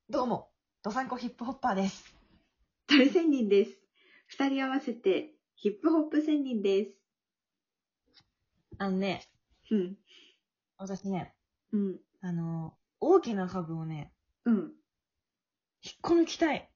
どうも、ドサンコヒップホッパーです。 誰仙人です。二人合わせてヒップホップ仙人です。 ね、 うん。 私ね、 うん。 大きな株をね、 うん。 引っこ抜きたい。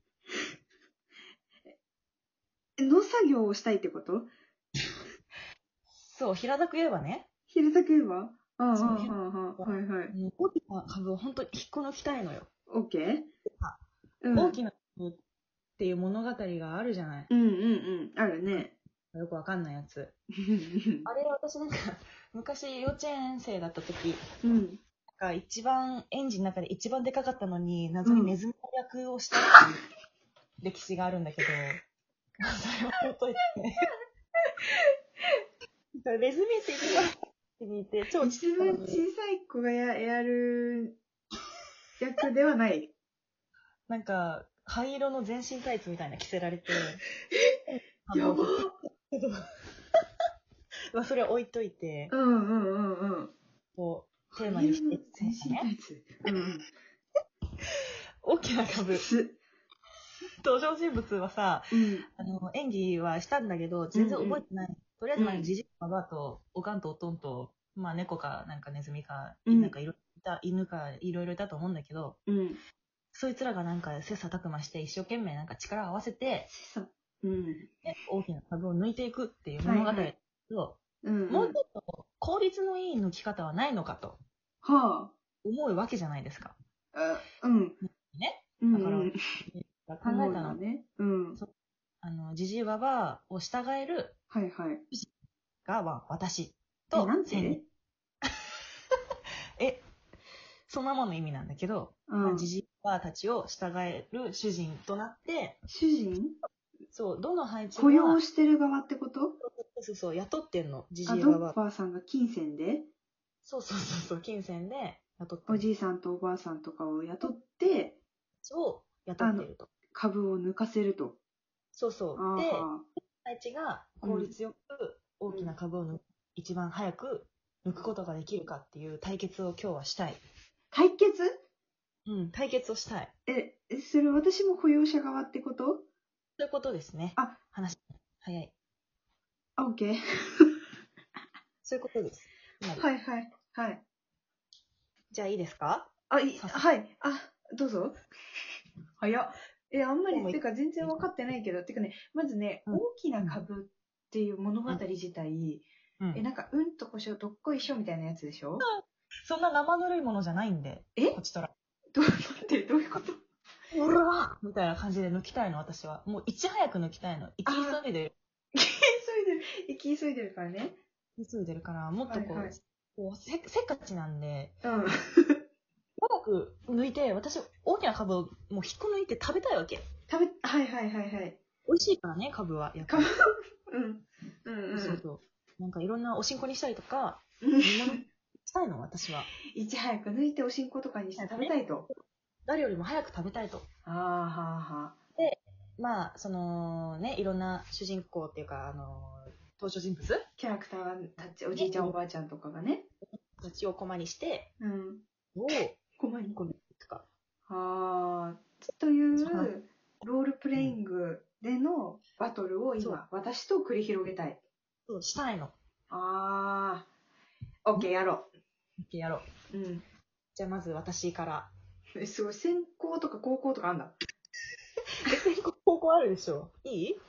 農作業をしたいってこと？ そう、平たく言えばね、 平たく言えば？ああ、 そう、 はあ、はあ、はいはい。 大きな株を本当に引っこ抜きたいのよ。 オッケー？うん。 大きな株っていう物語があるじゃない。 うんうんうん。あるね。 よくわかんないやつ。あれ、私なんか、昔幼稚園生だった時、 うん。 一番、園児の中で一番でかかったのに、謎うん。 にネズミの役をしたっていう歴史があるんだけど、それは置いといて。ネズミって一番にいて、超一番小さい子がやる役ではない。 なんか、灰色の全身タイツみたいな着せられて、 やば。 まあそれは置いといて、 うんうんうんうん。 こう、テーマにしていく全身タイツ。うんうん。 大きな株。登場人物はさ、 うん。 演技はしたんだけど、全然覚えてない。とりあえず、じじい、ばばと、おかんとおとんと、まあ、猫か、なんかネズミか、なんか犬か、いろいろいたと思うんだけど、 うん。 そいつらがなんか切磋琢磨して一生懸命なんか力を合わせて、 うん。 大きな株を抜いていくっていう物語だけど、もうちょっと効率のいい抜き方はないのかと思うわけじゃないですか。 うん。 ね。 うんだから、 うん。 考えたの。 ね。うん。 じじいばばを従えるはいはい。 が私なとんて？ そのままの意味なんだけど、じじいばばたちを従える主人となって、 主人？ そう、どの配置雇用してる側ってこと？ そう、雇ってんの、じじいドばば。 ッパーさんが金銭でそう、金銭で雇っておる。 じいさんとおばあさんとかを雇って、 を雇ってると。 株を抜かせると。 そう。で、配置が効率よく大きな株を一番早く抜くことができるかっていう対決を今日はしたい。 対決？ 対決をしたい。 それ私も雇用者側ってこと？ そういうことですね。話、早い。 オッケー。 そういうことです。 はい。 じゃあいいですか？ はい。どうぞ。早っ。あんまり、てか全然分かってないけど、てかね、まずね、大きな株っていう物語自体、なんか、うんとこしょ、どっこいしょみたいなやつでしょ？ そんな生ぬるいものじゃないんで、こちとら。 どういうこと？ うわみたいな感じで抜きたいの、私は。もういち早く抜きたいの。生き急いでる。 生き急いでるからね。 急いでるから、もっとせっかちなんで、 長く抜いて、私、大きな株をもう引っこ抜いて食べたいわけ。 はい。 美味しいからね、株は。やっぱり。そう。なんかいろんなおしんこにしたりとか、煮物したいの、私は。 いち早く抜いておしんことかにして食べたいと。 誰よりも早く食べたいと。で、まあ、いろんな主人公っていうか、登場人物キャラクターたち、おじいちゃんおばあちゃんとかがね。 たちをコマにして、 コマに。 とか。 というロールプレイングでのバトルを今、私と繰り広げたい。 そう、したいの。 オッケー、やろう。やろう。じゃあまず私から。 すごい、専攻とか高校とかあんだ。 専攻高校あるでしょ。いい？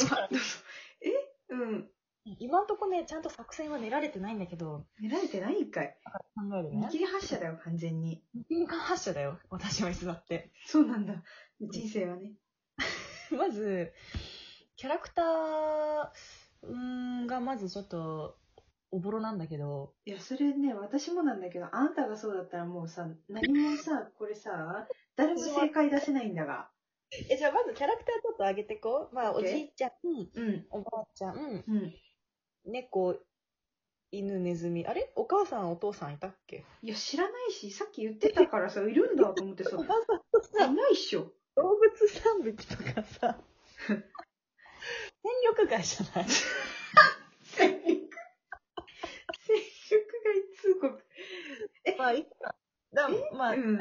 今んとこね、ちゃんと作戦は練られてないんだけど。 練られてないんかい。 考えるね。 見切り発車だよ、完全に。 見切り発車だよ、私はいつだって。 そうなんだ。人生はね。 まず、キャラクターがまずちょっと、おぼろなんだけど。 いや、それね、私もなんだけど、あんたがそうだったらもうさ、何もさ、これさ、誰も正解出せないんだが。 じゃあまずキャラクターちょっと上げてこう。まあ、おじいちゃん、おばあちゃん、猫、犬、ネズミ。あれ？お母さん、お父さんいたっけ？ いや、知らないし、さっき言ってたからさ、いるんだと思ってさ、いないっしょ。 動物3匹とかさ、戦力外じゃない？ 戦力外通告。 まあ、いいか。まあ、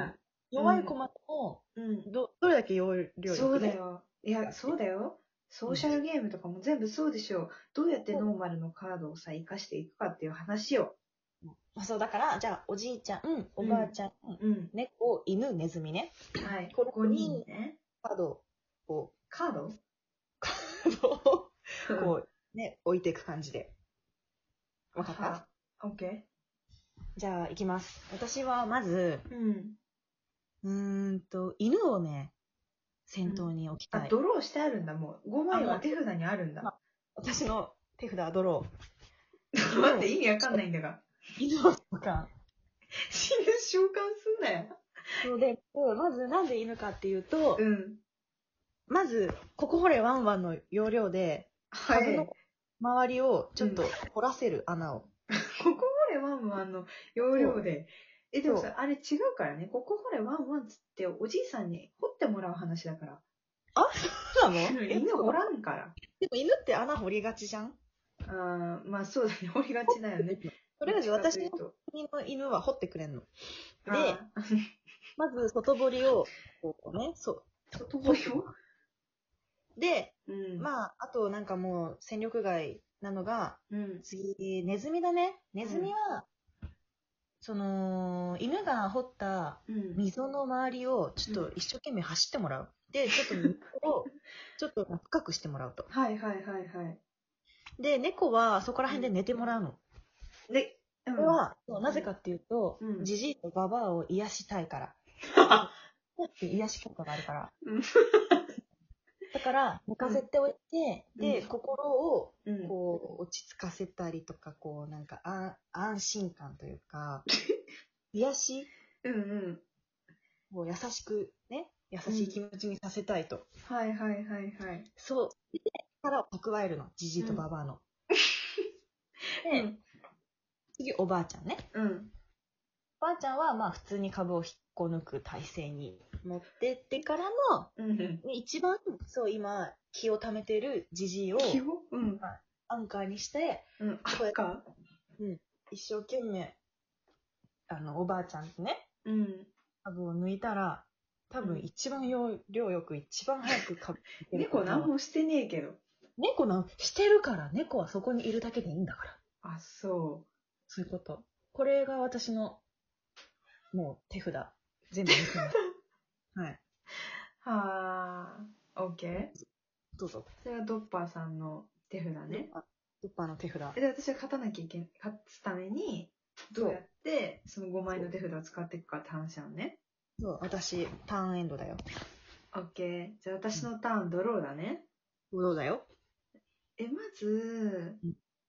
弱いコマも、どれだけ容量できる？ そうだよ。いや、そうだよ。ソーシャルゲームとかも全部そうでしょう。どうやってノーマルのカードをさ、活かしていくかっていう話よ。 そう、だから、じゃあ、おじいちゃん、おばあちゃん、猫、犬、ネズミね。 はい。 これ 5人ね。 カードを、 カードこう、ね、置いていく感じで。わかった？ オッケじゃあ、いきます。私は、まず、 ー。 犬をね、先頭に置きたい。 ドローしてあるんだ、もう。5枚は手札にあるんだ。 私の手札はドロー。待って、意味わかんないんだが。 犬を召喚。 死ぬ召喚すんなよ。 そうで、まずなんで犬かっていうと、 うん。 まず、ここ掘れワンワンの要領で、株の周りをちょっと掘らせる穴を。 ここ掘れワンワンの要領で。でもさ、あれ違うからね。ここ掘れワンワンつっておじいさんに掘ってもらう話だから。 あ、そうなの？ 犬掘らんから。 でも犬って穴掘りがちじゃん？ まあそうだね。掘りがちだよね。 とりあえず私の犬は掘ってくれんの。で、まず外堀を、こうね、そう。 外堀を？ で、まあ、あとなんかもう戦力外なのが、次、ネズミだね。ネズミは、その、犬が掘った溝の周りをちょっと一生懸命走ってもらう。で、ちょっと水をちょっと深くしてもらうと。 はいはいはいはい。 で、猫はそこら辺で寝てもらうの。 で、 これは、なぜかっていうと、ジジイとババアを癒したいから。癒し効果があるから。だから、寝かせておいて、で、心を、こう、落ち着かせたりとか、こう、なんか、安心感というか、癒しを優しく、ね、優しい気持ちにさせたいと。 はいはいはいはい。 そう。で、力を蓄えるの。ジジイとババアの。で、次、おばあちゃんね。おばあちゃんは、まあ、普通に株を引っこ抜く体勢に持ってってからの、一番、そう、今、気を溜めてるジジイを、アンカーにして、 アンカー？一生懸命、おばあちゃんとね、株を抜いたら、多分一番要領よく、一番早く株猫何もしてねえけど。 猫してるから、猫はそこにいるだけでいいんだから。 あ、そう。 そういうこと。これが私の、もう手札。全部抜きます。はい。 はあ、オッケー。 どうぞ。 それはドッパーさんの手札ね。 ドッパーの手札。 で、私は勝つために、どうやってその5枚の手札を使っていくかって話なのね。 そう、私、ターンエンドだよ。 オッケー。じゃあ私のターンドローだね。 ドローだよ。 まず、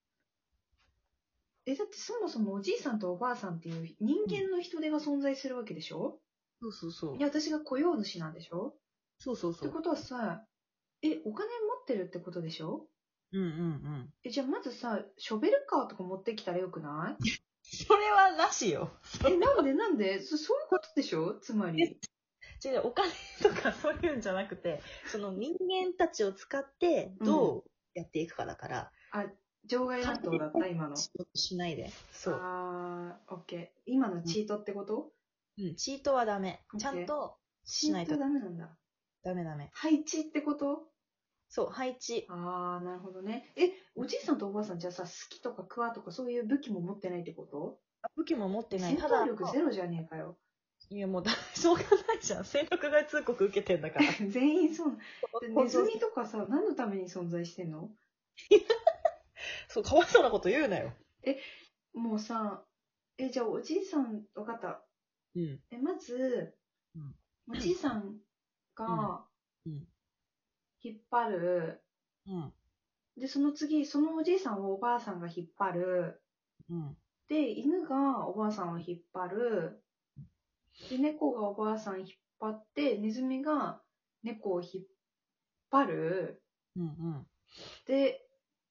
だってそもそもおじいさんとおばあさんっていう人間の人手が存在するわけでしょ？ そうそうそう。 いや、私が雇用主なんでしょ？ そうそうそう。 ってことはさ、お金持ってるってことでしょ？じゃあまずさ、ショベルカーとか持ってきたらよくない？ それはなしよ。 なんでそういうことでしょ？つまり。 違う、お金とかそういうんじゃなくて、その人間たちを使ってどうやっていくかだから。 場外乱闘だった今の。 しないで。そう。 オッケー。今のチートってこと？ チートはダメ。ちゃんとしないと。 チートダメなんだ。 ダメ。 配置ってこと？ そう、配置。 なるほどね。おじいさんとおばあさんじゃあさ、好きとかクワとかそういう武器も持ってないってこと？ 武器も持ってない。 戦闘力ゼロじゃねえかよ。 いやもうしょうがないじゃん。戦力外通告受けてんだから。 全員そう。ネズミとかさ、何のために存在してんの？ そう、かわいそうなこと言うなよ。 もうさ、じゃあおじいさん、わかった。まず、おじいさんが、引っ張る。で、その次、そのおじいさんをおばあさんが引っ張る。で、犬がおばあさんを引っ張る。で、猫がおばあさん引っ張って、ネズミが猫を引っ張る。で、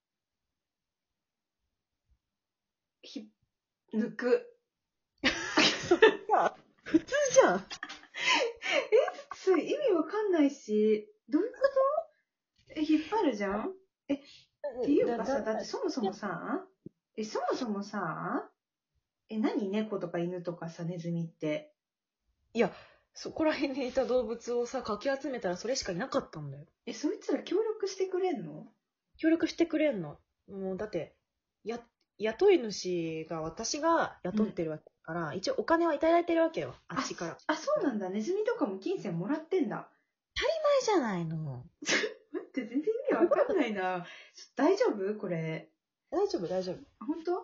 抜く。 普通じゃん。 それ意味わかんないし、どういうこと？引っ張るじゃん？っていうかさ、だってそもそもさ、何猫とか犬とかさ、ネズミって。 いや、 そこら辺にいた動物をさ、かき集めたらそれしかいなかったんだよ。 そいつら協力してくれんの？ 協力してくれんの。もうだって、雇い主が私が雇ってるわけだから、一応お金はいただいてるわけよ、あっちから。 そうなんだ。ネズミとかも金銭もらってんだ。 当たり前じゃないの。 待って、全然意味わかんないな。大丈夫これ。 大丈夫、大丈夫。 本当？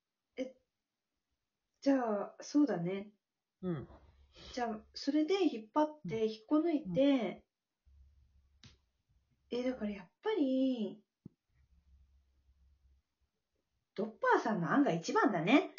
じゃあ、そうだね。 うん。 じゃあ、それで引っ張って、引っこ抜いて、だからやっぱり、ドッパーさんの案が一番だね。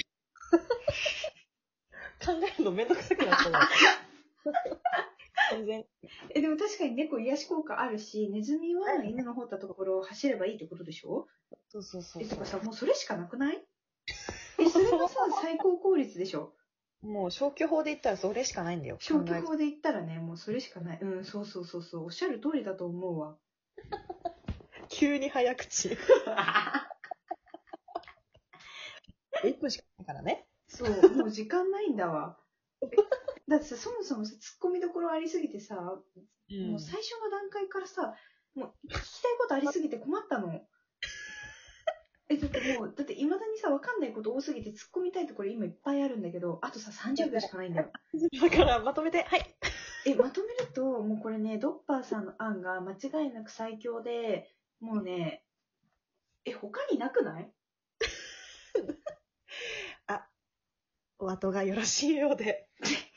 考えるのめんどくさくなったわ。全然。 でも確かに猫癒し効果あるし、ネズミは犬の掘ったところを走ればいいってことでしょ？ そうそうそう。 とかさ、もうそれしかなくない？それがさ、最高効率でしょ。 もう消去法で言ったらそれしかないんだよ。 消去法で言ったらね、もうそれしかない。うん、そうそうそうそう。おっしゃる通りだと思うわ。 急に早口。1分しかないからね。 そう、もう時間ないんだわ。だってさ、そもそもさ、突っ込みどころありすぎてさ、もう最初の段階からさ、もう聞きたいことありすぎて困ったの。だって未だにさ、わかんないこと多すぎて突っ込みたいところ今いっぱいあるんだけど、あとさ、30秒しかないんだよ。 だからまとめて、はい。 まとめると、もうこれね、ドッパーさんの案が間違いなく最強で、もうね、他になくない？ お後がよろしいようで。